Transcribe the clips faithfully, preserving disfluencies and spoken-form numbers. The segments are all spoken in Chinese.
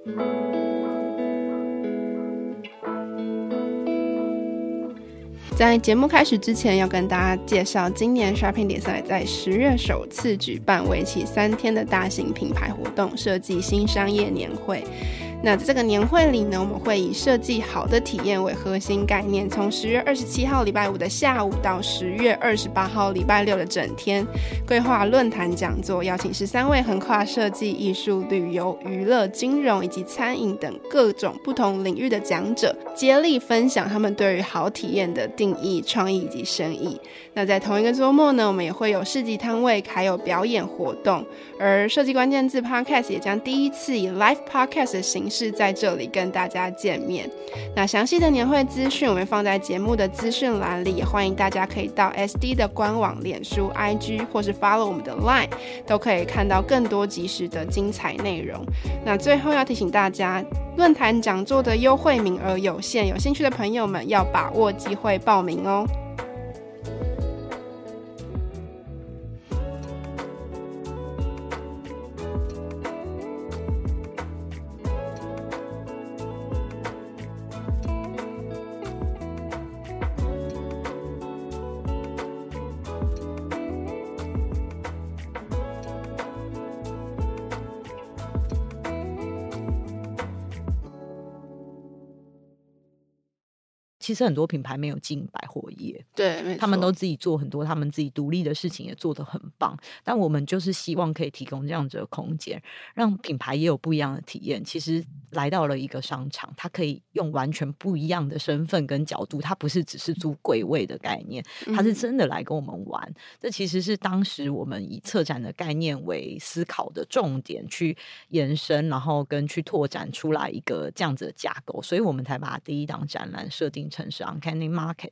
在节目开始之前，要跟大家介绍，今年 Shopping Design 在十月首次举办为期三天的大型品牌活动——设计新商业年会。那在这个年会里呢，我们会以设计好的体验为核心概念，从十月二十七号礼拜五的下午到十月二十八号礼拜六的整天，规划论坛讲座，邀请十三位横跨设计、艺术、旅游、娱乐、金融以及餐饮等各种不同领域的讲者，接力分享他们对于好体验的定义、创意以及生意。那在同一个周末呢，我们也会有市集摊位，还有表演活动。而设计关键字 Podcast 也将第一次以 Live Podcast 的形式在这里跟大家见面。那详细的年会资讯我们放在节目的资讯栏里，也欢迎大家可以到 S D 的官网、脸书、I G 或是 follow 我们的 Line， 都可以看到更多即时的精彩内容。那最后要提醒大家，论坛讲座的优惠名额有限，有兴趣的朋友们要把握机会报名哦。 其实很多品牌没有进百货业， 对，没错， 他们都自己做很多他们自己独立的事情，也做得很棒。但我们就是希望可以提供这样子的空间，让品牌也有不一样的体验。其实来到了一个商场，它可以用完全不一样的身份跟角度，它不是只是租柜位的概念，它是真的来跟我们玩。嗯、这其实是当时我们以策展的概念为思考的重点，去延伸，然后跟去拓展出来一个这样子的架构，所以我们才把第一档展览设定成是 Uncanny Market。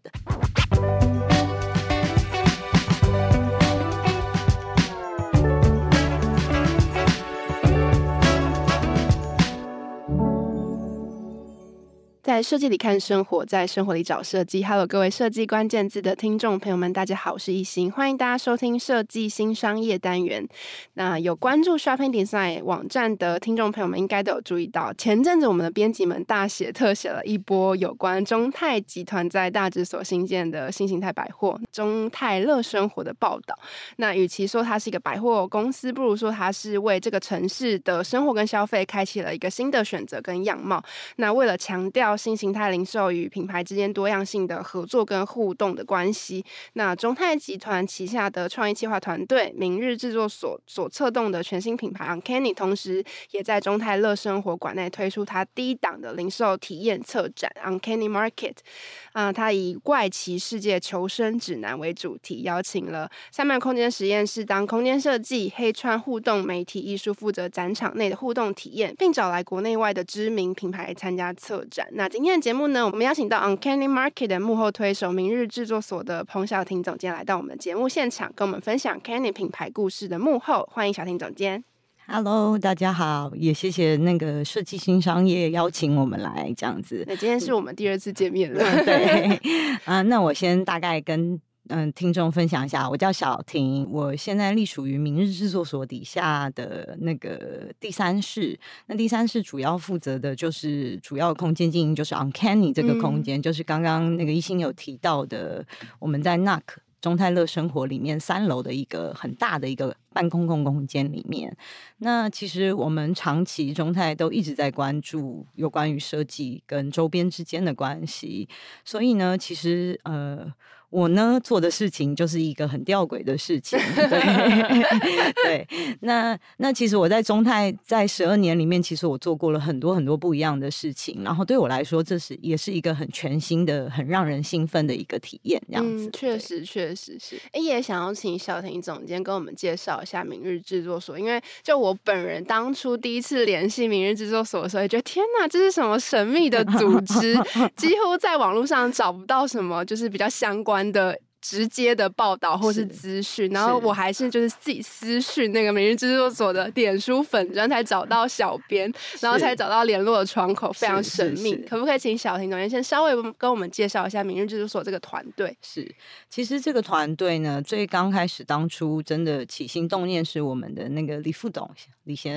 在设计里看生活，在生活里找设计。Hello， 各位设计关键字的听众朋友们，大家好，我是一心，欢迎大家收听设计新商业单元。那有关注 Shopping Design 网站的听众朋友们，应该都有注意到，前阵子我们的编辑们大写特写了一波有关中泰集团在大直所新建的新形态百货中泰乐生活的报道。那与其说它是一个百货公司，不如说它是为这个城市的生活跟消费开启了一个新的选择跟样貌。那为了强调新形态零售与品牌之间多样性的合作跟互动的关系，那中泰集团旗下的创意企划团队明日制作所所策动的全新品牌 Uncanny， 同时也在中泰乐生活馆内推出它第一档的零售体验策展 Uncanny Market。啊、呃，它以怪奇世界求生指南为主题，邀请了三曼空间实验室当空间设计、黑川互动媒体艺术负责展场内的互动体验，并找来国内外的知名品牌参加策展。那今天的节目呢，我们邀请到 Uncanny Market 的幕后推手明日制作所的彭晓婷总监来到我们的节目现场，跟我们分享 Uncanny 品牌故事的幕后。欢迎晓婷总监。 Hello， 大家好，也谢谢那个设计新商业邀请我们来这样子。 那今天是我们第二次见面了， 嗯、对啊、呃，那我先大概跟嗯，听众分享一下，我叫小婷，我现在隶属于明日制作所底下的那个第三室。那第三室主要负责的就是主要空间经营，就是 Uncanny 这个空间、嗯，就是刚刚那个一心有提到的，我们在 N A C 中泰乐生活里面三楼的一个很大的一个半公共空间里面。那其实我们长期中泰都一直在关注有关于设计跟周边之间的关系，所以呢，其实呃。我呢做的事情就是一个很吊诡的事情，对对。那那其实我在中泰在十二年里面，其实我做过了很多很多不一样的事情，然后对我来说，这是也是一个很全新的、很让人兴奋的一个体验，这样子。 嗯，确实确实是。哎，也想要请晓婷总监跟我们介绍一下明日制作所，因为就我本人当初第一次联系明日制作所的时候，也觉得天哪，这是什么神秘的组织？几乎在网络上找不到什么就是比较相关的直接的报道或是资讯，然后我还是就是自己私讯那个明日制作所的脸书粉专才找到小编，然后才找到联络的窗口，非常神秘。可不可以请晓婷总监先稍微跟我们介绍一下明日制作所这个团队？ 是，其实这个团队呢，最刚开始当初真的起心动念是我们的那个李副董李先生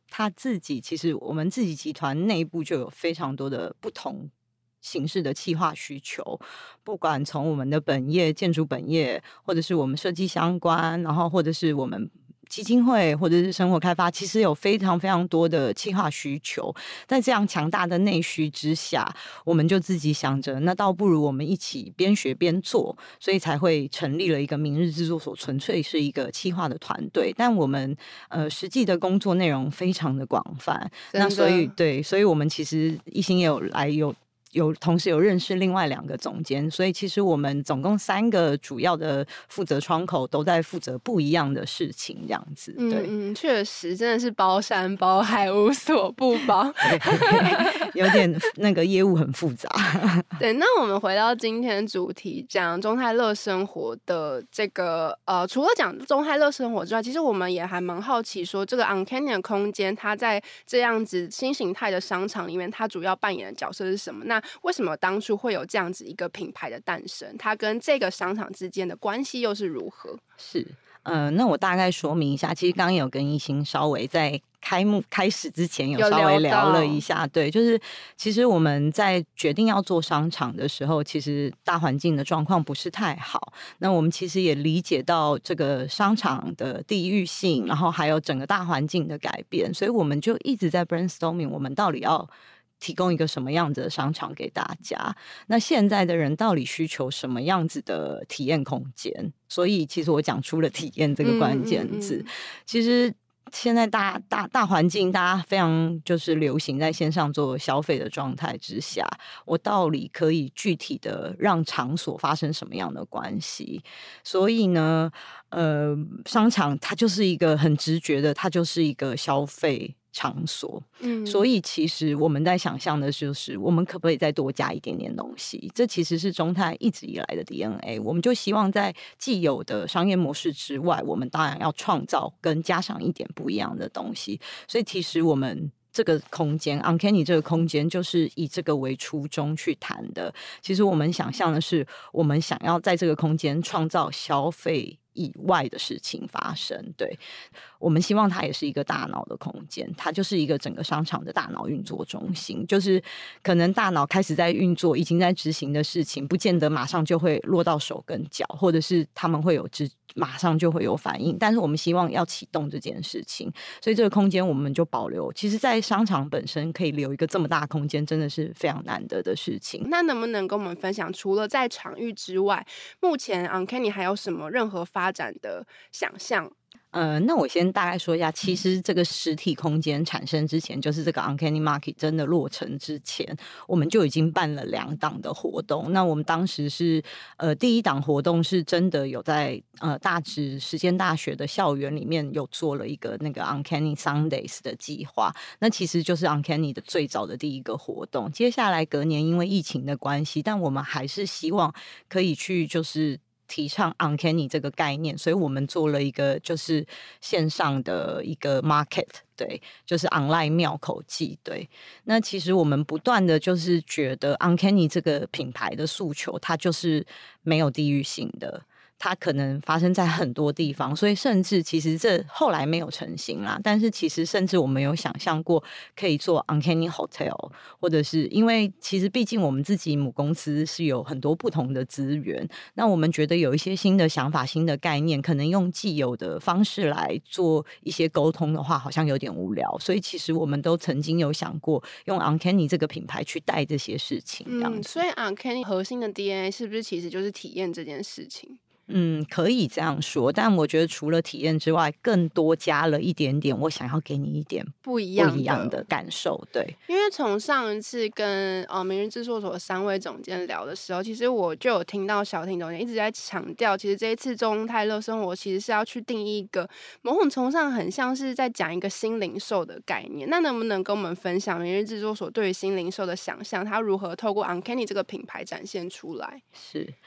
他自己其实我们自己集团内部就有非常多的不同形式的企划需求，不管从我们的本业建筑本业，或者是我们设计相关，然后或者是我们基金会或者是生活开发，其实有非常非常多的企划需求。在这样强大的内需之下，我们就自己想着，那倒不如我们一起边学边做，所以才会成立了一个明日制作所，纯粹是一个企划的团队。但我们呃实际的工作内容非常的广泛，那所以对，所以我们其实一心也有来有。有同时有认识另外两个总监，所以其实我们总共三个主要的负责窗口都在负责不一样的事情，这样子。对， 嗯嗯，确实真的是包山包海，无所不包， 有点那个业务很复杂。 对，那我们回到今天主题，讲中泰乐生活的这个呃，除了讲中泰乐生活之外，其实我们也还蛮好奇说，这个 Uncanny 的空间，它在这样子新形态的商场里面，它主要扮演的角色是什么？那为什么当初会有这样子一个品牌的诞生？它跟这个商场之间的关系又是如何？ 是，呃，那我大概说明一下，其实刚刚有跟一心稍微在开幕开始之前有稍微聊了一下，对，就是其实我们在决定要做商场的时候，其实大环境的状况不是太好。那我们其实也理解到这个商场的地域性，然后还有整个大环境的改变，所以我们就一直在 brainstorming， 我们到底要提供一个什么样子的商场给大家？那现在的人到底需求什么样子的体验空间？所以其实我讲出了体验这个关键字。嗯嗯嗯，其实现在大大大环境，大家非常就是流行在线上做消费的状态之下，我到底可以具体的让场所发生什么样的关系？所以呢，呃，商场它就是一个很直觉的，它就是一个消费场所，嗯，所以其实我们在想象的就是，我们可不可以再多加一点点东西？这其实是中泰一直以来的 D N A。我们就希望在既有的商业模式之外，我们当然要创造跟加上一点不一样的东西。所以其实我们这个空间 Uncanny 这个空间就是以这个为初衷去谈的。其实我们想象的是，我们想要在这个空间创造消费以外的事情发生。对，我们希望它也是一个大脑的空间，它就是一个整个商场的大脑运作中心。就是可能大脑开始在运作，已经在执行的事情，不见得马上就会落到手跟脚，或者是他们会有知马上就会有反应，但是我们希望要启动这件事情，所以这个空间我们就保留。其实在商场本身可以留一个这么大的空间，真的是非常难得的事情。 那能不能跟我们分享，除了在场域之外，目前 Uncanny 还有什么任何发展的想象？ 呃，那我先大概说一下，其实这个实体空间产生之前，就是这个 Uncanny Market 真的落成之前，我们就已经办了两档的活动。那我们当时是呃第一档活动是真的有在呃大直实践大学的校园里面有做了一个那个 Uncanny Sundays 的计划，那其实就是 Uncanny 的最早的第一个活动。接下来隔年因为疫情的关系，但我们还是希望可以去就是提倡 Uncanny 这个概念，所以我们做了一个就是线上的一个 market， 对，就是 online 庙口祭。对，那其实我们不断的就是觉得 Uncanny 这个品牌的诉求，它就是没有地域性的，它可能发生在很多地方，所以甚至其实这后来没有成型啦，但是其实甚至我们有想象过可以做 Uncanny Hotel， 或者是因为其实毕竟我们自己母公司是有很多不同的资源，那我们觉得有一些新的想法新的概念，可能用既有的方式来做一些沟通的话好像有点无聊，所以其实我们都曾经有想过用 Uncanny 这个品牌去带这些事情这样子。 嗯，所以 Uncanny 核心的 D N A 是不是其实就是体验这件事情？ 嗯，可以这样说，但我觉得除了体验之外，更多加了一点点，我想要给你一点不一样的不一样的感受。对， 因为从上一次跟呃明日制作所的三位总监聊的时候，其实我就有听到小婷总监一直在强调，其实这一次中泰乐生活其实是要去定义一个某种程度上很像是在讲一个新零售的概念。那能不能跟我们分享明日制作所对于新零售的想象，它如何透过 Uncanny 这个品牌展现出来？ 是。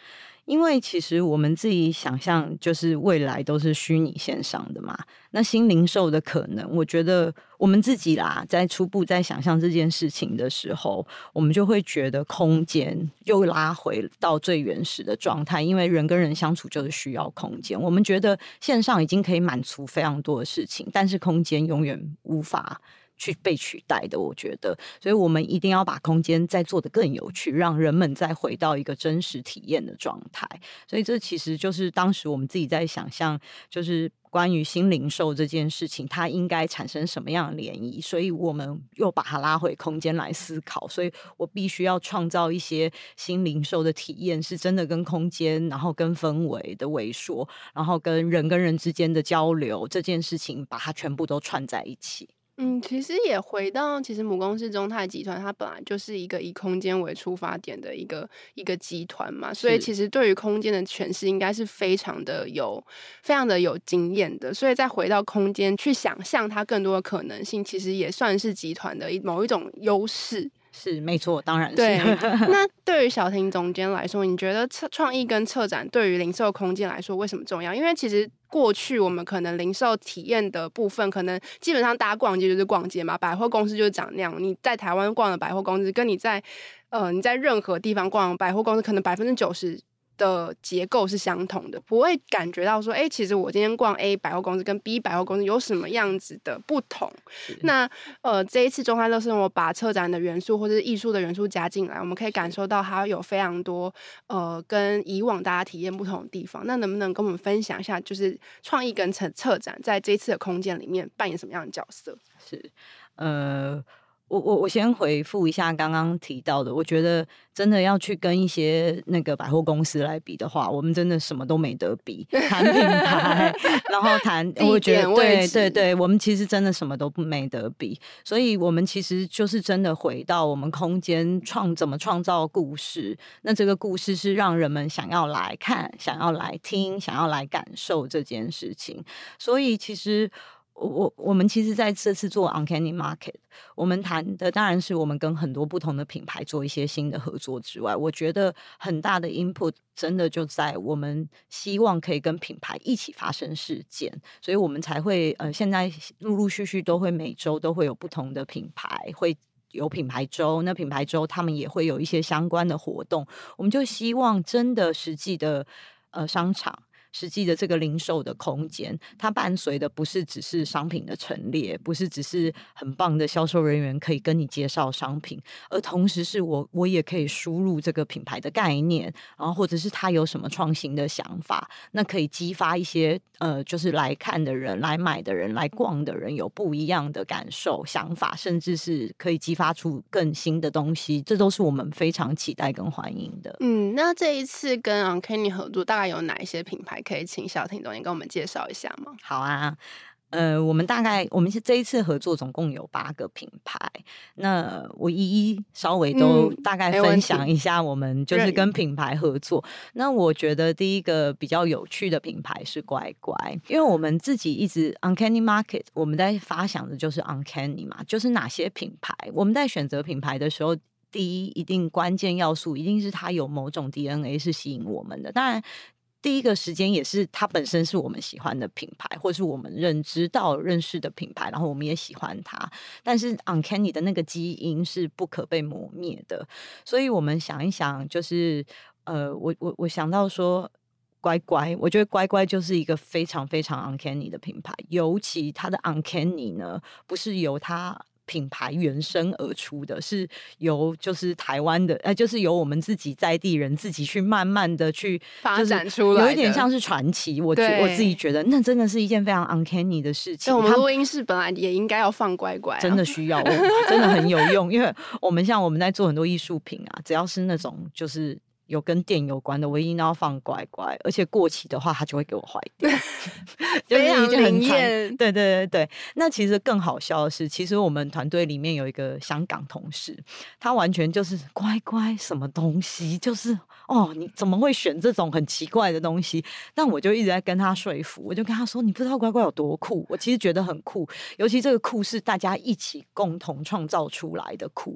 因为其实我们自己想象，就是未来都是虚拟线上的嘛。那新零售的可能，我觉得我们自己啦，在初步在想象这件事情的时候，我们就会觉得空间又拉回到最原始的状态，因为人跟人相处就是需要空间。我们觉得线上已经可以满足非常多的事情，但是空间永远无法去被取代的，我觉得，所以我们一定要把空间再做得更有趣，让人们再回到一个真实体验的状态。所以这其实就是当时我们自己在想象，就是关于新零售这件事情，它应该产生什么样的涟漪，所以我们又把它拉回空间来思考。所以我必须要创造一些新零售的体验，是真的跟空间，然后跟氛围的微缩，然后跟人跟人之间的交流这件事情，把它全部都串在一起。 嗯，其实也回到，其实母公司中泰集团，它本来就是一个以空间为出发点的一个一个集团嘛，所以其实对于空间的诠释，应该是非常的有、非常的有经验的。所以再回到空间去想象它更多的可能性，其实也算是集团的一某一种优势。 是没错，当然是。 对，那对于小婷总监来说，你觉得策创意跟策展对于零售空间来说为什么重要？因为其实过去我们可能零售体验的部分，可能基本上大家逛街就是逛街嘛，百货公司就是长那样。你在台湾逛的百货公司，跟你在呃你在任何地方逛的百货公司，可能百分之九十的结构是相同的，不会感觉到说，哎、欸，其实我今天逛 A 百货公司跟 B 百货公司有什么样子的不同。那呃，这一次中泰乐生活把策展的元素或者是艺术的元素加进来，我们可以感受到它有非常多呃跟以往大家体验不同的地方。那能不能跟我们分享一下，就是创意跟策策展在这一次的空间里面扮演什么样的角色？ 是，呃。我我我先回复一下刚刚提到的，我觉得真的要去跟一些那个百货公司来比的话，我们真的什么都没得比，谈品牌，然后谈，我觉得对对对，我们其实真的什么都没得比，所以我们其实就是真的回到我们空间创怎么创造故事，那这个故事是让人们想要来看、想要来听、想要来感受这件事情，所以其实。我我们其实在这次做 Uncanny Market， 我们谈的当然是我们跟很多不同的品牌做一些新的合作之外，我觉得很大的 input 真的就在我们希望可以跟品牌一起发生事件，所以我们才会呃现在陆陆续续都会每周都会有不同的品牌会有品牌周，那品牌周他们也会有一些相关的活动，我们就希望真的实际的呃商场。实际的这个零售的空间，它伴随的不是只是商品的陈列，不是只是很棒的销售人员可以跟你介绍商品，而同时是我我也可以输入这个品牌的概念，然后或者是他有什么创新的想法，那可以激发一些呃，就是来看的人、来买的人、来逛的人有不一样的感受、想法，甚至是可以激发出更新的东西，这都是我们非常期待跟欢迎的。 嗯，那这一次跟 Uncanny 合作，大概有哪一些品牌？可以请小婷总监跟我们介绍一下吗？ 好啊，呃，我们大概我们这一次合作总共有八个品牌，那我一一稍微都大概分享一下，我们就是跟品牌合作。嗯、那我觉得第一个比较有趣的品牌是乖乖，因为我们自己一直 Uncanny Market， 我们在发想的就是 Uncanny 嘛，就是哪些品牌，我们在选择品牌的时候。第一，一定关键要素一定是它有某种 D N A 是吸引我们的。当然，第一个时间也是它本身是我们喜欢的品牌，或是我们认知到认识的品牌，然后我们也喜欢它。但是 Uncanny 的那个基因是不可被磨灭的，所以我们想一想，就是呃，我我我想到说。乖乖，我觉得乖乖就是一个非常非常 Uncanny 的品牌，尤其它的 Uncanny 呢，不是由它品牌原生而出的，是由就是台湾的，呃，就是由我们自己在地人自己去慢慢的去发展出来的， 有一点像是传奇。我觉我自己觉得，那真的是一件非常 Uncanny 的事情。 我们录音室本来也应该要放乖乖、啊， 真的需要，真的很有用，因为我们像我们在做很多艺术品啊，只要是那种就是。有跟电有关的，我一定要放乖乖，而且过期的话，它就会给我坏掉。 非常灵验。 对对对对，那其实更好笑的是，其实我们团队里面有一个香港同事，他完全就是乖乖什么东西，就是哦，你怎么会选这种很奇怪的东西？但我就一直在跟他说服，我就跟他说，你不知道乖乖有多酷，我其实觉得很酷，尤其这个酷是大家一起共同创造出来的酷。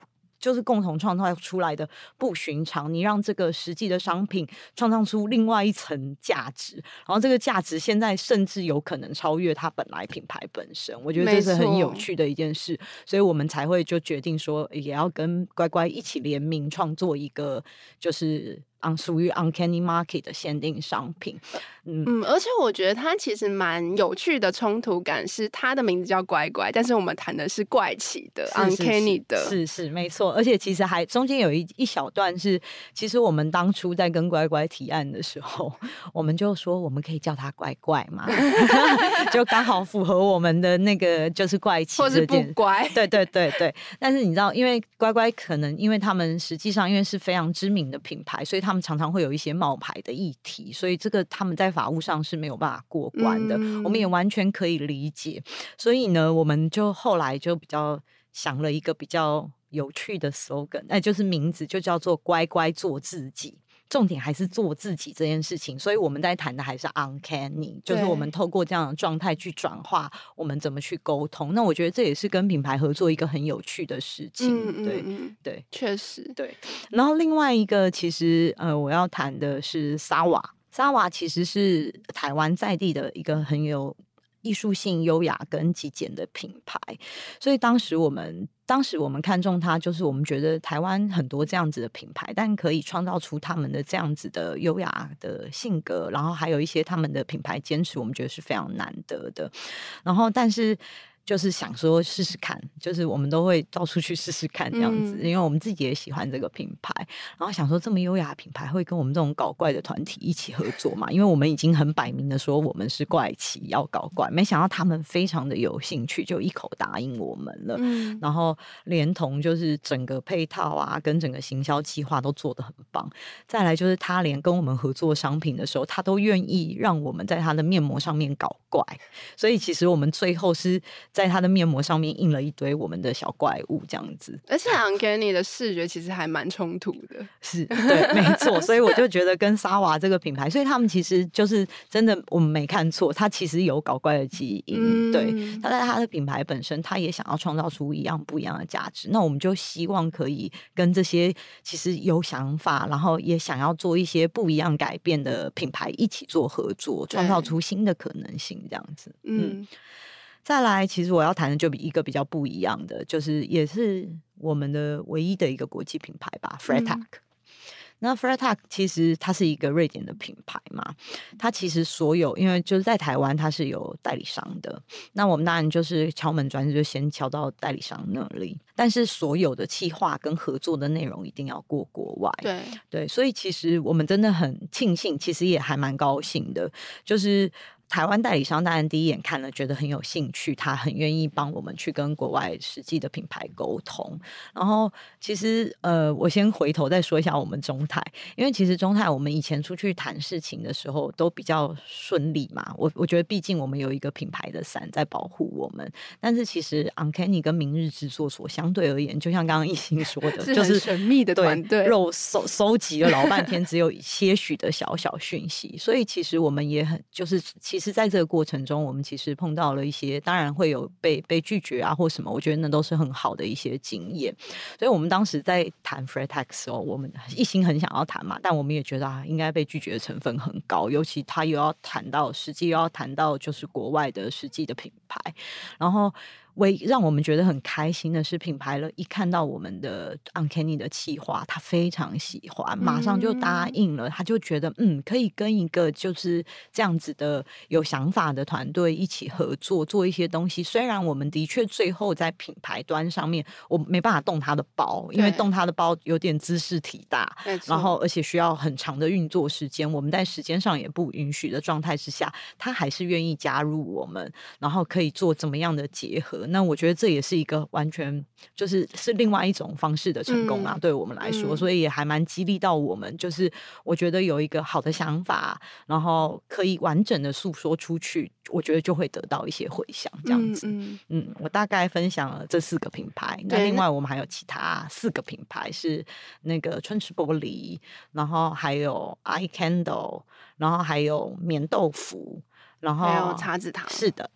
就是共同创造出来的不寻常，你让这个实际的商品创造出另外一层价值，然后这个价值现在甚至有可能超越它本来品牌本身，我觉得这是很有趣的一件事，所以我们才会就决定说也要跟乖乖一起联名创作一个就是属于 Uncanny Market 的限定商品。 嗯, 嗯而且我觉得它其实蛮有趣的冲突感是它的名字叫乖乖，但是我们谈的是怪奇的 Uncanny 的， 是是没错，而且其实还中间有一一小段是其实我们当初在跟乖乖提案的时候，我们就说我们可以叫它乖乖嘛就刚好符合我们的那个就是怪奇或是不乖， 对对对对。但是你知道因为乖乖可能因为他们实际上因为是非常知名的品牌，所以他们常常会有一些冒牌的议题，所以这个他们在法务上是没有办法过关的、嗯、我们也完全可以理解。所以呢我们就后来就比较想了一个比较有趣的 slogan， 那就是名字就叫做乖乖做自己，重点还是做自己这件事情，所以我们在谈的还是 uncanny， 就是我们透过这样的状态去转化我们怎么去沟通。那我觉得这也是跟品牌合作一个很有趣的事情。嗯对嗯嗯对， 确实对。然后另外一个其实呃我要谈的是沙瓦，沙瓦其实是台湾在地的一个很有艺术性、优雅跟极简的品牌，所以当时我们当时我们看中它，就是我们觉得台湾很多这样子的品牌，但可以创造出他们的这样子的优雅的性格，然后还有一些他们的品牌坚持，我们觉得是非常难得的。然后但是就是想说试试看，就是我们都会到处去试试看这样子、嗯、因为我们自己也喜欢这个品牌，然后想说这么优雅的品牌会跟我们这种搞怪的团体一起合作嘛，因为我们已经很摆明的说我们是怪奇要搞怪，没想到他们非常的有兴趣，就一口答应我们了、嗯、然后连同就是整个配套啊跟整个行销计划都做得很棒，再来就是他连跟我们合作商品的时候他都愿意让我们在他的面膜上面搞怪，所以其实我们最后是在它的面膜上面印了一堆我们的小怪物这样子， 而且 Uncanny 的视觉其实还蛮冲突的， 是对没错，所以我就觉得跟沙瓦这个品牌，所以他们其实就是真的我们没看错，他其实有搞怪的基因、嗯、对，他在他的品牌本身他也想要创造出一样不一样的价值，那我们就希望可以跟这些其实有想法然后也想要做一些不一样改变的品牌一起做合作，创造出新的可能性这样子。 嗯, 嗯再来其实我要谈的就一个比较不一样的，就是也是我们的唯一的一个国际品牌吧 Freitag、嗯、那 Freitag 其实它是一个瑞典的品牌嘛，它其实所有因为就是在台湾它是有代理商的，那我们当然就是敲门砖就先敲到代理商那里，但是所有的企划跟合作的内容一定要过国外， 对对，所以其实我们真的很庆幸，其实也还蛮高兴的，就是台湾代理商当然第一眼看了觉得很有兴趣，他很愿意帮我们去跟国外实际的品牌沟通，然后其实呃，我先回头再说一下我们中泰，因为其实中泰我们以前出去谈事情的时候都比较顺利嘛，我我觉得毕竟我们有一个品牌的伞在保护我们，但是其实 Uncanny 跟明日制作所相对而言，就像刚刚一心说的是很神秘的团队， 对，肉搜搜集了老半天只有些许的小小讯息，所以其实我们也很就是其实在这个过程中我们其实碰到了一些当然会有被被拒绝啊或什么，我觉得那都是很好的一些经验，所以我们当时在谈 Freitag 的时候我们一心很想要谈嘛，但我们也觉得、啊、应该被拒绝的成分很高，尤其他又要谈到实际又要谈到就是国外的实际的品牌，然后唯让我们觉得很开心的是品牌了一看到我们的 Uncanny 的企划他非常喜欢，马上就答应了，他就觉得嗯可以跟一个就是这样子的有想法的团队一起合作做一些东西，虽然我们的确最后在品牌端上面我没办法动他的包，因为动他的包有点姿势体大，然后而且需要很长的运作时间，我们在时间上也不允许的状态之下，他还是愿意加入我们，然后可以做怎么样的结合，那我觉得这也是一个完全就是是另外一种方式的成功啊、嗯、对我们来说、嗯、所以也还蛮激励到我们，就是我觉得有一个好的想法然后可以完整的诉说出去，我觉得就会得到一些回响这样子。 嗯, 嗯, 嗯我大概分享了这四个品牌，那另外我们还有其他四个品牌是那个春池玻璃，然后还有 Eye Candle， 然后还有棉豆腐，然后还有茶籽糖， 是的对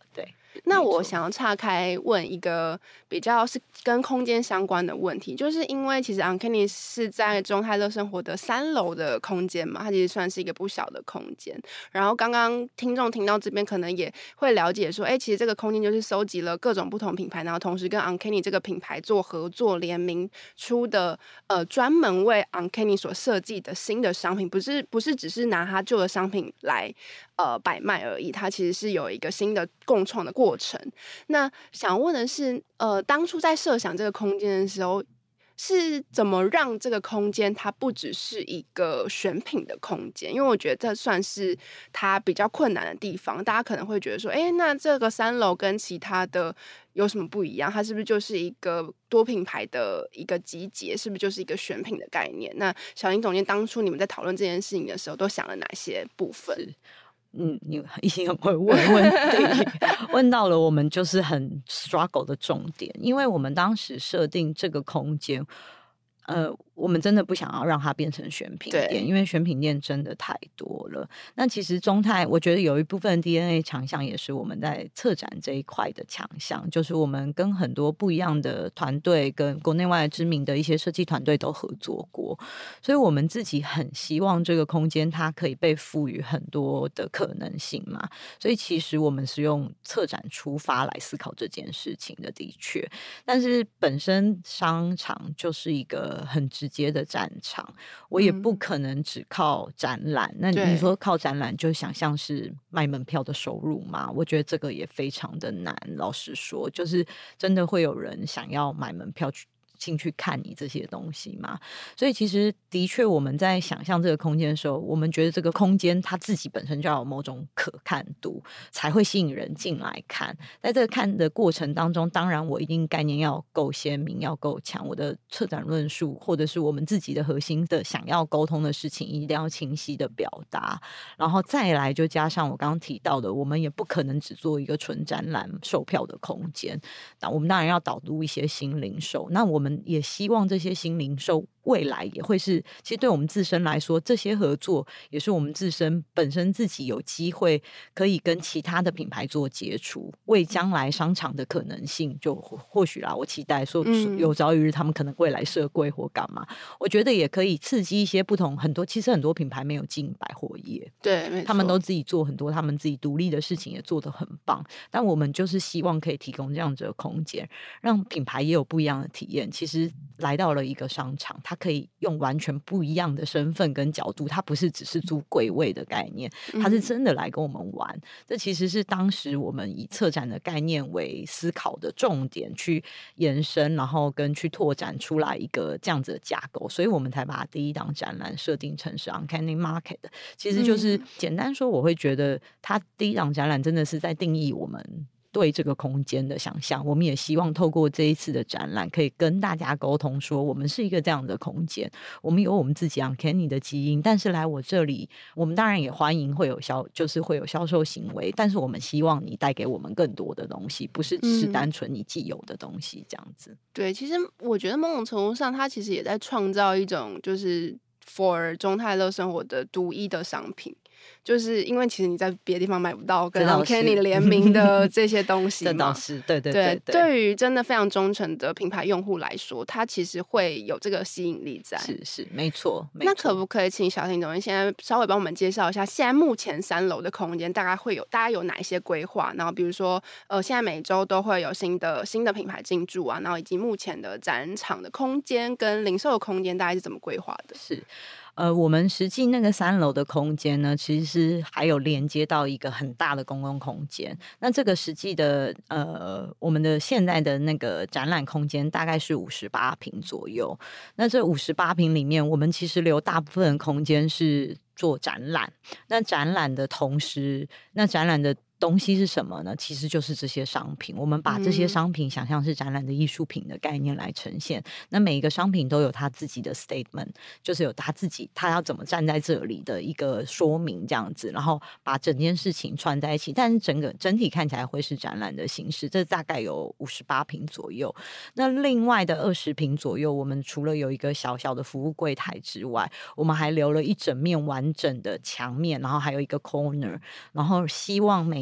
那我想要岔开问一个比较是跟空间相关的问题，就是因为其实 Uncanny 是在中泰乐生活的三楼的空间嘛，它其实算是一个不小的空间。然后刚刚听众听到这边，可能也会了解说，哎，其实这个空间就是收集了各种不同品牌，然后同时跟 Uncanny 这个品牌做合作联名出的，呃，专门为 Uncanny 所设计的新的商品，不是不是只是拿它旧的商品来呃摆卖而已，它其实是有一个新的共创的过程。那想问的是，呃，当初在设想这个空间的时候，是怎么让这个空间它不只是一个选品的空间？因为我觉得这算是它比较困难的地方。大家可能会觉得说，哎，那这个三楼跟其他的有什么不一样？它是不是就是一个多品牌的一个集结？是不是就是一个选品的概念？那小林总监当初你们在讨论这件事情的时候，都想了哪些部分？ 嗯，你已经很会问问题，问到了我们就是很 struggle 的重点，因为我们当时设定这个空间，呃，我们真的不想要让它变成选品店，因为选品店真的太多了。那其实中泰，我觉得有一部分 D N A 强项也是我们在策展这一块的强项，就是我们跟很多不一样的团队，跟国内外知名的一些设计团队都合作过，所以我们自己很希望这个空间它可以被赋予很多的可能性嘛。所以其实我们是用策展出发来思考这件事情的，的确。但是本身商场就是一个很直接的战场，我也不可能只靠展览。嗯、那你说靠展览就想象是卖门票的收入吗？我觉得这个也非常的难。老实说，就是真的会有人想要买门票去进去看你这些东西嘛。所以其实的确我们在想象这个空间的时候，我们觉得这个空间它自己本身就要有某种可看度，才会吸引人进来看。在这个看的过程当中，当然我一定概念要够鲜明，要够强，我的策展论述或者是我们自己的核心的想要沟通的事情一定要清晰的表达，然后再来就加上我刚刚提到的，我们也不可能只做一个纯展览售票的空间，那我们当然要导入一些新零售，那我们也希望这些新零售未来也会是，其实对我们自身来说，这些合作也是我们自身本身自己有机会可以跟其他的品牌做接触，为将来商场的可能性就或许啦，我期待说有朝一日他们可能会来设柜或干嘛，我觉得也可以刺激一些不同，很多其实很多品牌没有进百货业， 对， 他们都自己做很多他们自己独立的事情，也做得很棒，但我们就是希望可以提供这样子的空间，让品牌也有不一样的体验。其实来到了一个商场，它可以用完全不一样的身份跟角度，它不是只是租柜位的概念，它是真的来跟我们玩、嗯、这其实是当时我们以策展的概念为思考的重点去延伸，然后跟去拓展出来一个这样子的架构，所以我们才把第一档展览设定成是 Uncanny Market， 其实就是简单说，我会觉得它第一档展览真的是在定义我们对这个空间的想象，我们也希望透过这一次的展览可以跟大家沟通说，我们是一个这样的空间，我们有我们自己 Uncanny 的基因，但是来我这里我们当然也欢迎会有销就是会有销售行为，但是我们希望你带给我们更多的东西，不是只是单纯你既有的东西这样子、嗯、 对，其实我觉得某种程度上它其实也在创造一种就是 for 中泰乐生活的独一的商品，就是因为其实你在别的地方买不到跟 Uncanny 联名的这些东西嘛， 这倒是对对对对, 对， 对于真的非常忠诚的品牌用户来说，它其实会有这个吸引力在， 是是没错。 那可不可以请小婷总监现在稍微帮我们介绍一下，现在目前三楼的空间大概会有大概有哪一些规划？然后比如说呃，现在每周都会有新的新的品牌进驻啊，然后以及目前的展场的空间跟零售的空间大概是怎么规划的？ 是。呃，我们实际那个三楼的空间呢，其实还有连接到一个很大的公共空间。那这个实际的呃，我们的现在的那个展览空间大概是五十八平左右。那这五十八平里面，我们其实留大部分空间是做展览。那展览的同时，那展览的东西是什么呢？其实就是这些商品，我们把这些商品想象是展览的艺术品的概念来呈现、嗯、那每一个商品都有他自己的 statement， 就是有他自己他要怎么站在这里的一个说明这样子，然后把整件事情串在一起，但是整个整体看起来会是展览的形式。这大概有五十八平左右。那另外的二十平左右，我们除了有一个小小的服务柜台之外，我们还留了一整面完整的墙面，然后还有一个 corner， 然后希望每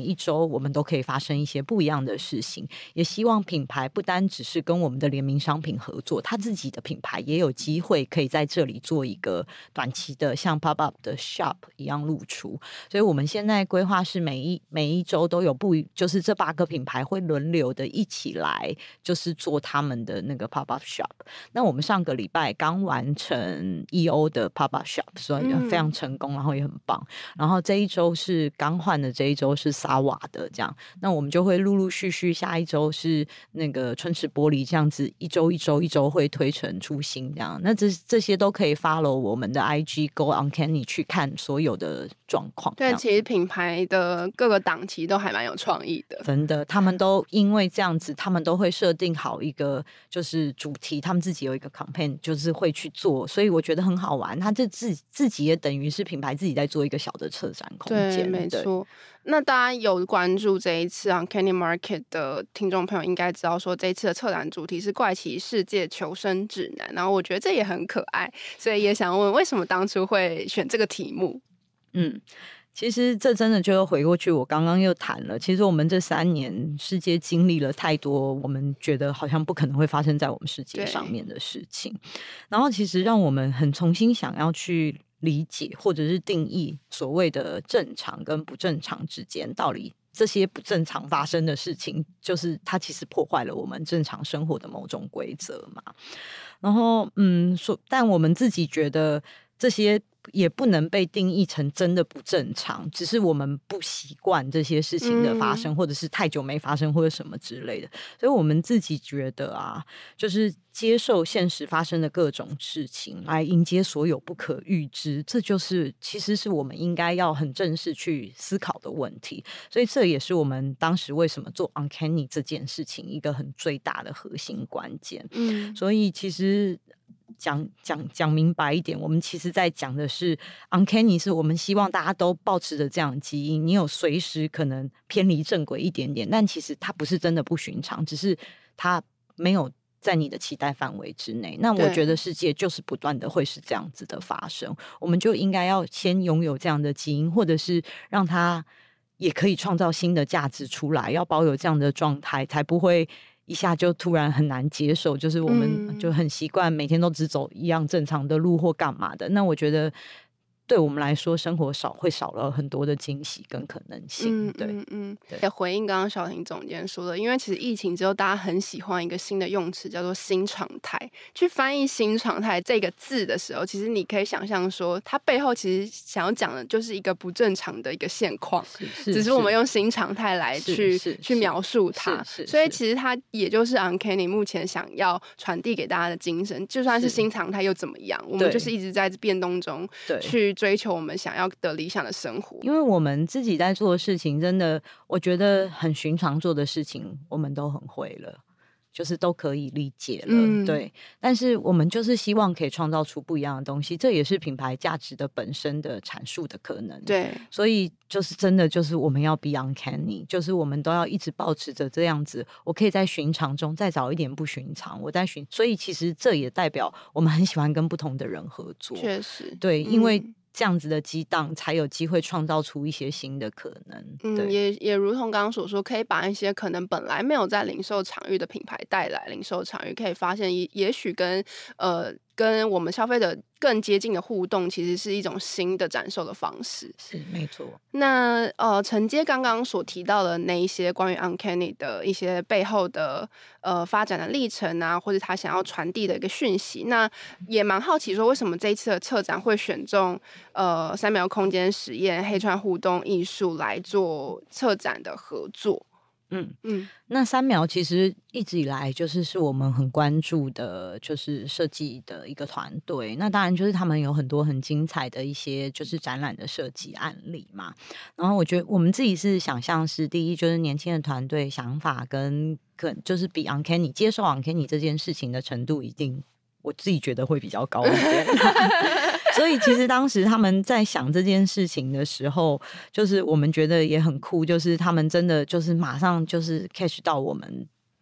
一周我们都可以发生一些不一样的事情，也希望品牌不单只是跟我们的联名商品合作，他自己的品牌也有机会可以在这里做一个短期的像 pop up 的 shop 一样露出。所以我们现在规划是每一每一周都有不就是这八个品牌会轮流的一起来，就是做他们的那个 pop up shop。那我们上个礼拜刚完成 E O 的 pop up shop， 所以非常成功，然后也很棒。然后这一周是刚换的，这一周是萨瓦的这样。那我们就会陆陆续续，下一周是那个春池玻璃，这样子一周一周一周会推陈出新这样。那这这些都可以 follow 我们的 I G Go Uncanny 去看所有的状况。 对，其实品牌的各个档期都还蛮有创意的， 真的，他们都因为这样子，他们都会设定好一个就是主题，他们自己有一个 campaign， 就是会去做，所以我觉得很好玩。他这自自己也等于是品牌自己在做一个小的策展空间， 对，没错。那大家有关注这一次 Uncanny Market 的听众朋友应该知道说，这一次的策展主题是怪奇世界求生指南，然后我觉得这也很可爱，所以也想问为什么当初会选这个题目。 嗯，其实这真的就回过去我刚刚又谈了，其实我们这三年世界经历了太多我们觉得好像不可能会发生在我们世界上面的事情，然后其实让我们很重新想要去理解或者是定义所谓的正常跟不正常之间，到底这些不正常发生的事情就是它其实破坏了我们正常生活的某种规则嘛。然后嗯，说但我们自己觉得这些也不能被定义成真的不正常，只是我们不习惯这些事情的发生、嗯、或者是太久没发生或者什么之类的。所以我们自己觉得啊，就是接受现实发生的各种事情，来迎接所有不可预知，这就是其实是我们应该要很正式去思考的问题。所以这也是我们当时为什么做 Uncanny 这件事情一个很最大的核心关键。嗯，所以其实讲讲讲明白一点，我们其实在讲的是 Uncanny 是我们希望大家都抱持着这样的基因，你有随时可能偏离正轨一点点，但其实它不是真的不寻常，只是它没有在你的期待范围之内。那我觉得世界就是不断的会是这样子的发生，我们就应该要先拥有这样的基因，或者是让它也可以创造新的价值出来，要保有这样的状态，才不会一下就突然很难接受，就是我们就很习惯每天都只走一样正常的路或干嘛的。那我觉得对我们来说，生活少会少了很多的惊喜跟可能性。对， 嗯嗯，也回应刚刚小婷总监说的，因为其实疫情之后，大家很喜欢一个新的用词，叫做新常态。去翻译新常态这个字的时候，其实你可以想象说，它背后其实想要讲的就是一个不正常的一个现况，是只是我们用新常态来去去描述它。所以其实它也就是 Uncanny 目前想要传递给大家的精神，就算是新常态又怎么样？我们就是一直在变动中去追求我们想要的理想的生活。 因为我们自己在做的事情真的我觉得很寻常做的事情我们都很会了，就是都可以理解了、嗯、对，但是我们就是希望可以创造出不一样的东西，这也是品牌价值的本身的阐述的可能。 对， 所以就是真的就是我们要 be uncanny， 就是我们都要一直保持着这样子，我可以在寻常中再找一点不寻常，我在寻，所以其实这也代表我们很喜欢跟不同的人合作。 确实， 对，因为、嗯这样子的激荡才有机会创造出一些新的可能。 嗯，也也如同刚刚所说，可以把一些可能本来没有在零售场域的品牌带来零售场域，可以发现也也许跟呃跟我们消费者更接近的互动，其实是一种新的展售的方式。 是没错。 那呃，承接刚刚所提到的那一些关于 Uncanny 的一些背后的呃发展的历程啊，或者他想要传递的一个讯息，那也蛮好奇说，为什么这一次的策展会选中呃三秒空间实验、黑川互动艺术来做策展的合作？ 嗯嗯，那三秒其实一直以来就是是我们很关注的，就是设计的一个团队。那当然就是他们有很多很精彩的一些就是展览的设计案例嘛。然后我觉得我们自己是想象是第一，就是年轻的团队想法跟跟就是比 Uncanny 接受 Uncanny 这件事情的程度，一定我自己觉得会比较高一点。所以其实当时他们在想这件事情的时候，就是我们觉得也很酷，就是他们真的就是马上就是 catch 到我们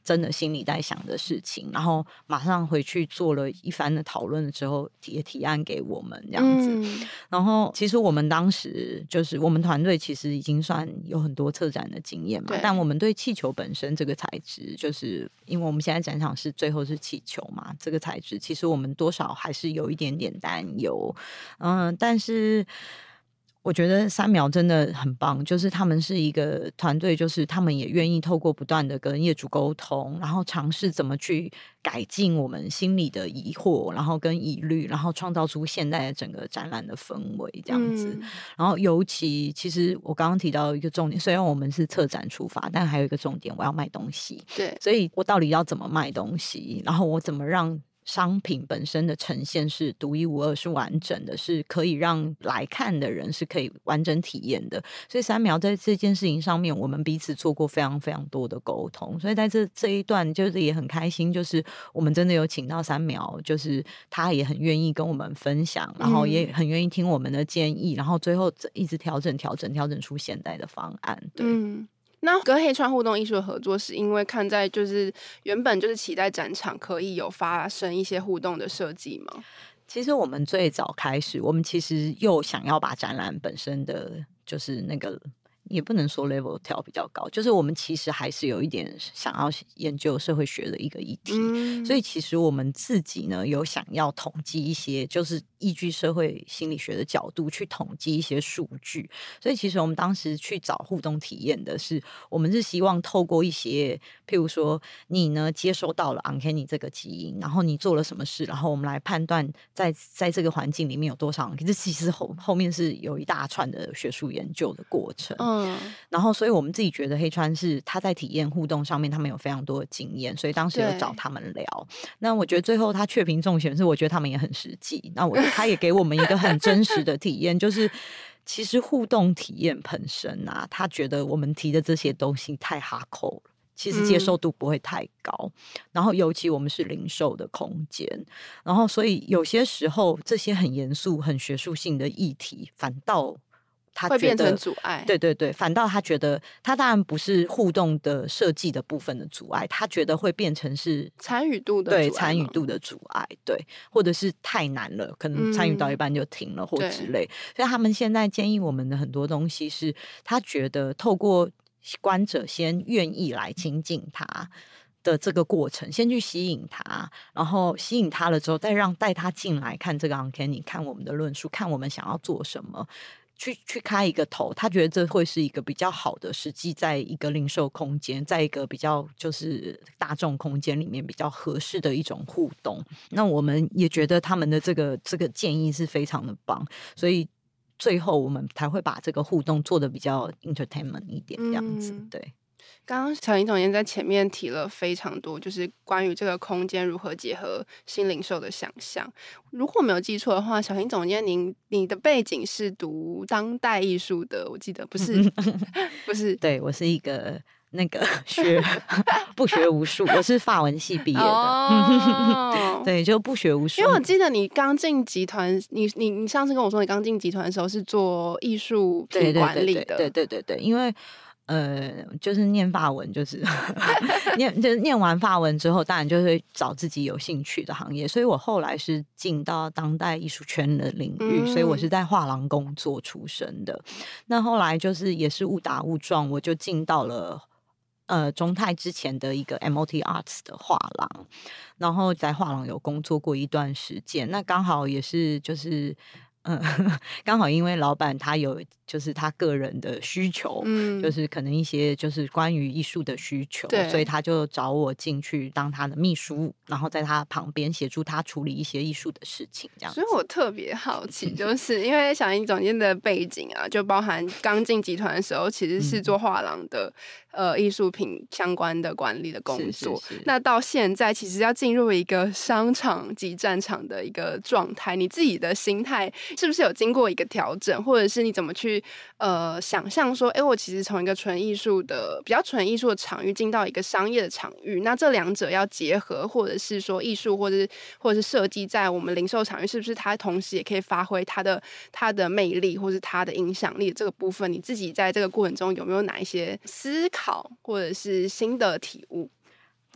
真的心里在想的事情，然后马上回去做了一番的讨论之后也提案给我们这样子、嗯、然后其实我们当时就是我们团队其实已经算有很多策展的经验嘛，但我们对气球本身这个材质，就是因为我们现在展场是最后是气球嘛，这个材质其实我们多少还是有一点点担忧，嗯，但是我觉得三苗真的很棒，就是他们是一个团队，就是他们也愿意透过不断的跟业主沟通，然后尝试怎么去改进我们心里的疑惑，然后跟疑虑，然后创造出现在的整个展览的氛围这样子、嗯、然后尤其其实我刚刚提到一个重点，虽然我们是策展出发，但还有一个重点，我要卖东西， 对， 所以我到底要怎么卖东西，然后我怎么让商品本身的呈现是独一无二，是完整的，是可以让来看的人是可以完整体验的，所以三苗在这件事情上面我们彼此做过非常非常多的沟通，所以在这这一段就是也很开心，就是我们真的有请到三苗，就是他也很愿意跟我们分享，然后也很愿意听我们的建议、嗯、然后最后一直调整调整调整出现在的方案。对、嗯， 那跟黑川互动艺术的合作是因为看在就是原本就是期待展场可以有发生一些互动的设计吗？ 其实我们最早开始我们其实又想要把展览本身的就是那个也不能说 level 调比较高，就是我们其实还是有一点想要研究社会学的一个议题、嗯、所以其实我们自己呢有想要统计一些，就是依据社会心理学的角度去统计一些数据，所以其实我们当时去找互动体验的是，我们是希望透过一些譬如说你呢接收到了 Uncanny 这个基因，然后你做了什么事，然后我们来判断在在这个环境里面有多少 Uncanny， 这其实 后, 后面是有一大串的学术研究的过程、嗯嗯，然后所以我们自己觉得黑川是他在体验互动上面他们有非常多的经验，所以当时有找他们聊，那我觉得最后他确评中选是我觉得他们也很实际，那我他也给我们一个很真实的体验就是其实互动体验本身啊，他觉得我们提的这些东西太哈扣了，其实接受度不会太高、嗯、然后尤其我们是零售的空间，然后所以有些时候这些很严肃很学术性的议题反倒他会变成阻碍， 对对对，反倒他觉得他当然不是互动的设计的部分的阻碍，他觉得会变成是参与度的阻碍， 对参与度的阻碍，对，或者是太难了，可能参与到一半就停了、嗯、或之类，所以他们现在建议我们的很多东西是他觉得透过观者先愿意来亲近他的这个过程，先去吸引他，然后吸引他了之后再让带他进来看这个 Uncanny， 看我们的论述，看我们想要做什么，去去开一个头，他觉得这会是一个比较好的实际在一个零售空间，在一个比较就是大众空间里面比较合适的一种互动，那我们也觉得他们的这个这个建议是非常的棒，所以最后我们才会把这个互动做得比较 entertainment 一点这样子、嗯、对。 刚刚小林总监在前面提了非常多，就是关于这个空间如何结合新零售的想象。如果没有记错的话，小林总监您你的背景是读当代艺术的，我记得不是不是？ 对，我是一个那个学不学无术，我是法文系毕业的，哦、对，就不学无术。 因为我记得你刚进集团，你你你上次跟我说你刚进集团的时候是做艺术品管理的， 对对对 对, 对, 对, 对，因为。呃，就是念法文，就是念就念完法文之后，当然就会找自己有兴趣的行业。所以我后来是进到当代艺术圈的领域，嗯、所以我是在画廊工作出身的。那后来就是也是误打误撞，我就进到了呃中泰之前的一个 M O T Arts 的画廊，然后在画廊有工作过一段时间。那刚好也是就是。嗯，刚好因为老板他有就是他个人的需求，嗯，就是可能一些就是关于艺术的需求，所以他就找我进去当他的秘书，然后在他旁边协助他处理一些艺术的事情，这样子。 所以我特别好奇，就是因为小林总监的背景啊，就包含刚进集团的时候其实是做画廊的、嗯、呃艺术品相关的管理的工作，是是是，那到现在其实要进入一个商场及战场的一个状态，你自己的心态是不是有经过一个调整，或者是你怎么去呃想象说，哎，我其实从一个纯艺术的比较纯艺术的场域进到一个商业的场域，那这两者要结合，或者是说艺术或者是或者是设计在我们零售场域，是不是它同时也可以发挥它的它的魅力，或是它的影响力这个部分，你自己在这个过程中有没有哪一些思考或者是新的体悟？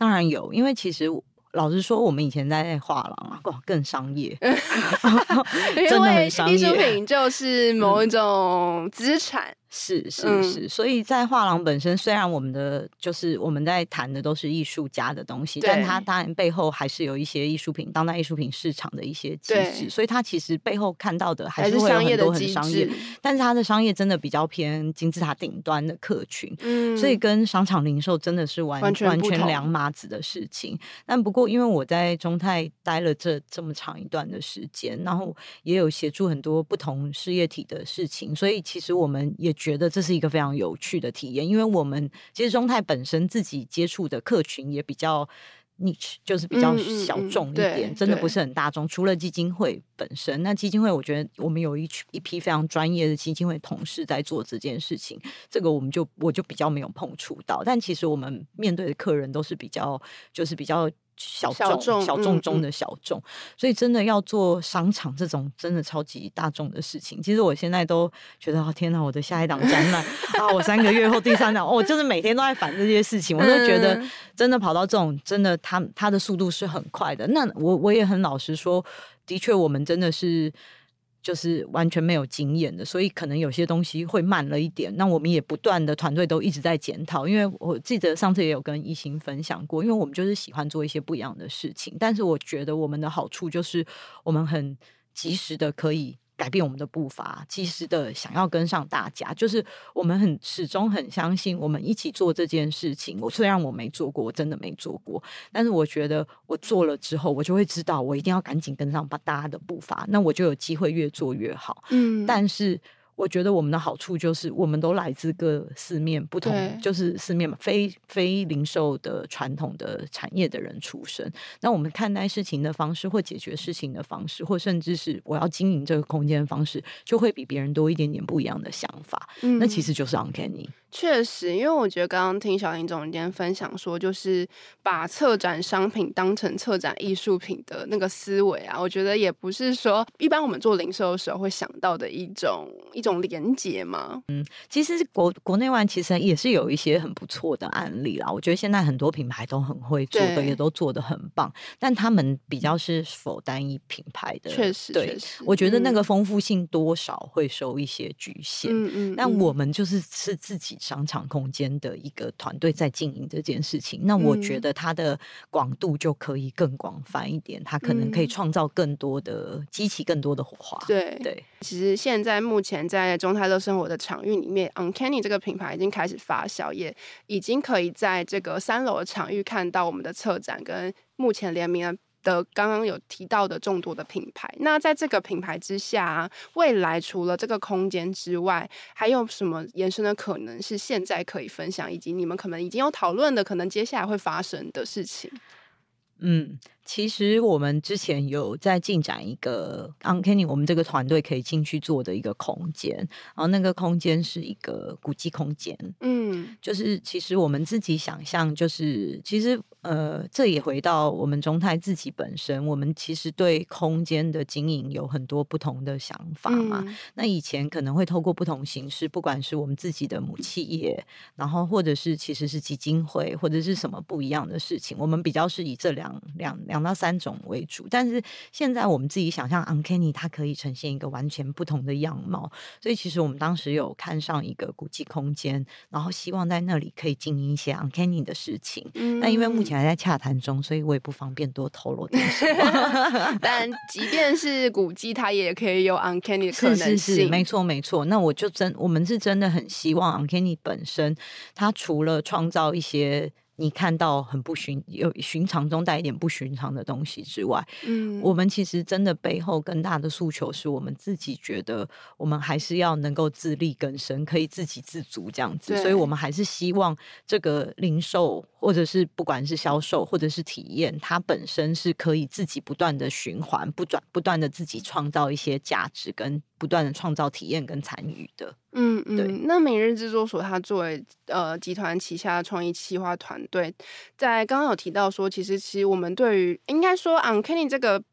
当然有，因为其实老实说，我们以前在画廊啊，哇，更商业，真的很商业。 因为艺术品就是某一种资产。嗯是是是、嗯，所以在画廊本身，虽然我们的就是我们在谈的都是艺术家的东西，但它当然背后还是有一些艺术品、当代艺术品市场的一些机制，所以它其实背后看到的还是会有很多很商业，但是它的商业真的比较偏金字塔顶端的客群，嗯，所以跟商场零售真的是完完全完全两码子的事情。但不过因为我在中泰待了这这么长一段的时间，然后也有协助很多不同事业体的事情，所以其实我们也觉得这是一个非常有趣的体验，因为我们其实中泰本身自己接触的客群也比较 niche， 就是比较小众一点，嗯嗯嗯，真的不是很大众。除了基金会本身，那基金会我觉得我们有一一批非常专业的基金会同事在做这件事情，这个我们就我就比较没有碰触到。但其实我们面对的客人都是比较就是比较小众小众中的小众、嗯嗯、所以真的要做商场这种真的超级大众的事情，其实我现在都觉得、哦、天哪，我的下一档展览啊，我三个月后第三档我、哦、就是每天都在烦这些事情，我都觉得真的跑到这种真的它它的速度是很快的。那我我也很老实说，的确我们真的是就是完全没有经验的，所以可能有些东西会慢了一点。那我们也不断的团队都一直在检讨，因为我记得上次也有跟一心分享过，因为我们就是喜欢做一些不一样的事情，但是我觉得我们的好处就是我们很及时的可以改变我们的步伐，及时的想要跟上大家，就是我们很始终很相信我们一起做这件事情。我虽然我没做过，我真的没做过，但是我觉得我做了之后，我就会知道我一定要赶紧跟上大家的步伐，那我就有机会越做越好。嗯，但是我觉得我们的好处就是我们都来自各四面不同，就是四面非非零售的传统的产业的人出身，那我们看待事情的方式或解决事情的方式，或甚至是我要经营这个空间的方式，就会比别人多一点点不一样的想法、嗯、那其实就是 Uncanny。 确实，因为我觉得刚刚听小林总监分享说，就是把策展商品当成策展艺术品的那个思维啊，我觉得也不是说一般我们做零售的时候会想到的一种一种连结嘛。 嗯，其实国国内外其实也是有一些很不错的案例啦。我觉得现在很多品牌都很会做的，也都做得很棒，但他们比较是否单一品牌的， 确实， 对，我觉得那个丰富性多少会受一些局限。嗯嗯，但我们就是是自己商场空间的一个团队在经营这件事情，那我觉得它的广度就可以更广泛一点，它可能可以创造更多的激起更多的火花。 对对， 其实现在目前在中泰乐生活的场域里面 Uncanny 这个品牌已经开始发酵，也已经可以在这个三楼的场域看到我们的策展跟目前联名的刚刚有提到的众多的品牌。那在这个品牌之下、啊、未来除了这个空间之外，还有什么延伸的可能是现在可以分享，以及你们可能已经有讨论的可能接下来会发生的事情？ 嗯，其实我们之前有在进展一个 Uncanny 我们这个团队可以进去做的一个空间，然后那个空间是一个古迹空间。嗯，就是其实我们自己想象，就是其实呃，这也回到我们中泰自己本身，我们其实对空间的经营有很多不同的想法嘛、嗯、那以前可能会透过不同形式，不管是我们自己的母企业，然后或者是其实是基金会，或者是什么不一样的事情，我们比较是以这两两两到三种为主。但是现在我们自己想象 Uncanny 它可以呈现一个完全不同的样貌，所以其实我们当时有看上一个古迹空间，然后希望在那里可以经营一些 Uncanny 的事情。嗯，那因为目前还在洽谈中，所以我也不方便多透露点什么但即便是古迹它也可以有 Uncanny 的可能性。 是是是，没错没错。那我就真我们是真的很希望 Uncanny 本身它除了创造一些你看到很不寻有寻常中带一点不寻常的东西之外，嗯，我们其实真的背后更大的诉求是我们自己觉得我们还是要能够自力更生，可以自给自足这样子。所以我们还是希望这个零售或者是不管是销售或者是体验，它本身是可以自己不断的循环，不断不断的自己创造一些价值，跟不断的创造体验跟参与的。 嗯嗯，对。那明日制作所它作为呃集团旗下的创意企划团队，在刚刚有提到说，其实其实我们对于应该说 Uncanny 这个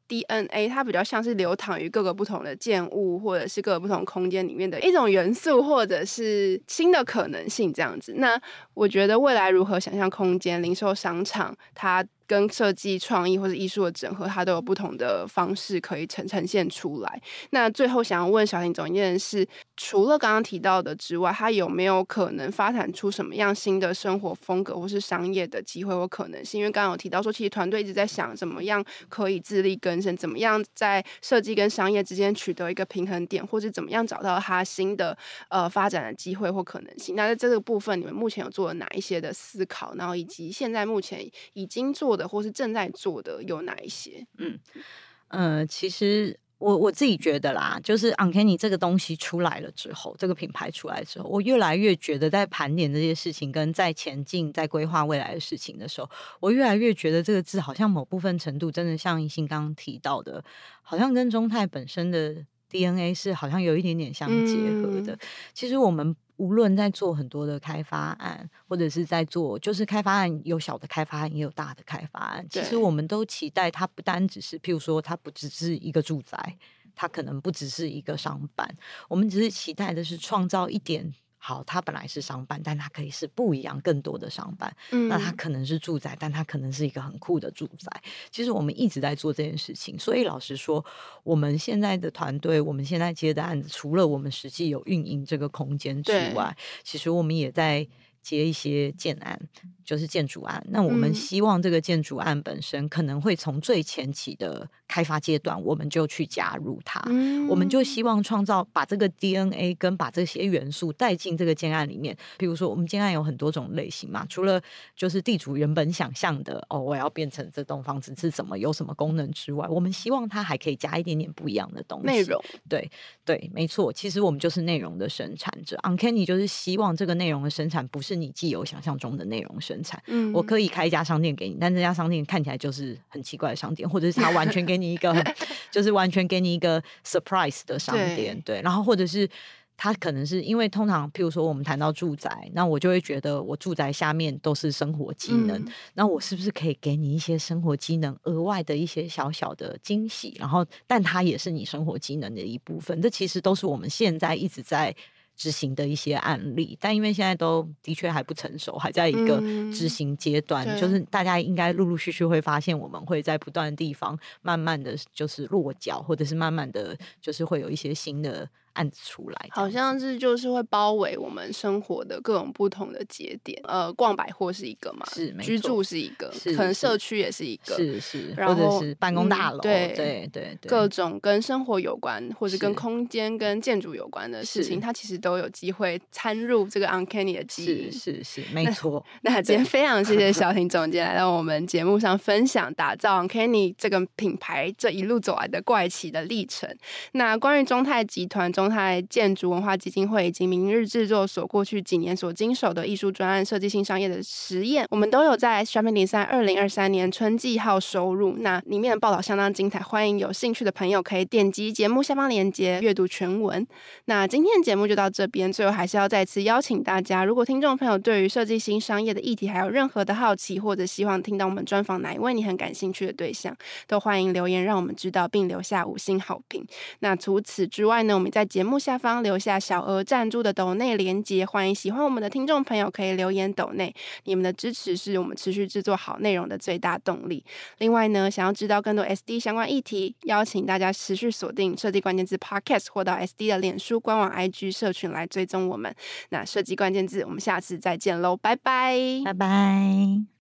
D N A 它比较像是流淌于各个不同的建物或者是各个不同空间里面的一种元素，或者是新的可能性这样子。那我觉得未来如何想象空间、零售商场，它跟设计创意或者艺术的整合，它都有不同的方式可以呈呈现出来。那最后想要问小婷总监的是，除了刚刚提到的之外，它有没有可能发展出什么样新的生活风格或是商业的机会或可能性？因为刚刚有提到说，其实团队一直在想怎么样可以自力更生，怎么样在设计跟商业之间取得一个平衡点，或是怎么样找到它新的呃发展的机会或可能性。那在这个部分，你们目前有做了哪一些的思考？然后以及现在目前已经做的或是正在做的有哪一些？ 嗯，呃，其实我我自己觉得啦，就是 Uncanny 这个东西出来了之后，这个品牌出来之后，我越来越觉得在盘点这些事情跟在前进、在规划未来的事情的时候，我越来越觉得这个字好像某部分程度真的像一心刚刚提到的，好像跟中泰本身的 D N A 是好像有一点点相结合的。嗯、其实我们无论在做很多的开发案，或者是在做就是开发案，有小的开发案也有大的开发案，其实我们都期待它不单只是譬如说它不只是一个住宅，它可能不只是一个商办，我们只是期待的是创造一点好，它本来是商办，但它可以是不一样更多的商办、嗯、那它可能是住宅，但它可能是一个很酷的住宅。其实我们一直在做这件事情，所以老实说我们现在的团队，我们现在接的案子，除了我们实际有运营这个空间之外，其实我们也在接一些建案，就是建筑案。那我们希望这个建筑案本身可能会从最前期的开发阶段，我们就去加入它、嗯、我们就希望创造把这个 D N A 跟把这些元素带进这个建案里面。比如说我们建案有很多种类型嘛，除了就是地主原本想象的哦，我要变成这栋房子是怎么有什么功能之外，我们希望它还可以加一点点不一样的东西， 内容。 对对，没错，其实我们就是内容的生产者。 Uncanny 就是希望这个内容的生产不是你既有想象中的内容生产、嗯、我可以开一家商店给你，但这家商店看起来就是很奇怪的商店，或者是他完全给你一个就是完全给你一个 surprise 的商店。 对, 对，然后或者是他可能是因为通常譬如说我们谈到住宅，那我就会觉得我住宅下面都是生活机能、嗯、那我是不是可以给你一些生活机能额外的一些小小的惊喜，然后但它也是你生活机能的一部分。这其实都是我们现在一直在执行的一些案例，但因为现在都的确还不成熟，还在一个执行阶段、嗯、就是大家应该陆陆续续会发现我们会在不断的地方慢慢的就是落脚，或者是慢慢的就是会有一些新的案子出来， 好像是就是会包围我们生活的各种不同的节点。呃，逛百货是一个嘛， 是居住是一个，可能社区也是一个， 是是，或者是办公大楼、嗯、对对 对, 对， 各种跟生活有关或者跟空间跟建筑有关的事情，它其实都有机会参入这个 Uncanny 的记忆。 是是是，没错。 那, 那今天非常谢谢小婷总监来到我们节目上分享打造 Uncanny 这个品牌这一路走来的怪奇的历程。那关于中泰集团、中泰建筑文化基金会以及明日制作所过去几年所经手的艺术专案设计性商业的实验，我们都有在 Shopping Design 二零二三年春季号收入。那里面的报道相当精彩，欢迎有兴趣的朋友可以点击节目下方链接阅读全文。那今天的节目就到这边，最后还是要再次邀请大家，如果听众朋友对于设计新商业的议题还有任何的好奇，或者希望听到我们专访哪一位你很感兴趣的对象，都欢迎留言让我们知道，并留下五星好评。那除此之外呢，我们在节目下方留下小额赞助的抖内连结，欢迎喜欢我们的听众朋友可以留言抖内，你们的支持是我们持续制作好内容的最大动力。另外呢，想要知道更多 S D 相关议题，邀请大家持续锁定设计关键字 Podcast 或到 S D 的脸书官网 I G 社群来追踪我们。那设计关键字我们下次再见喽，拜拜拜拜。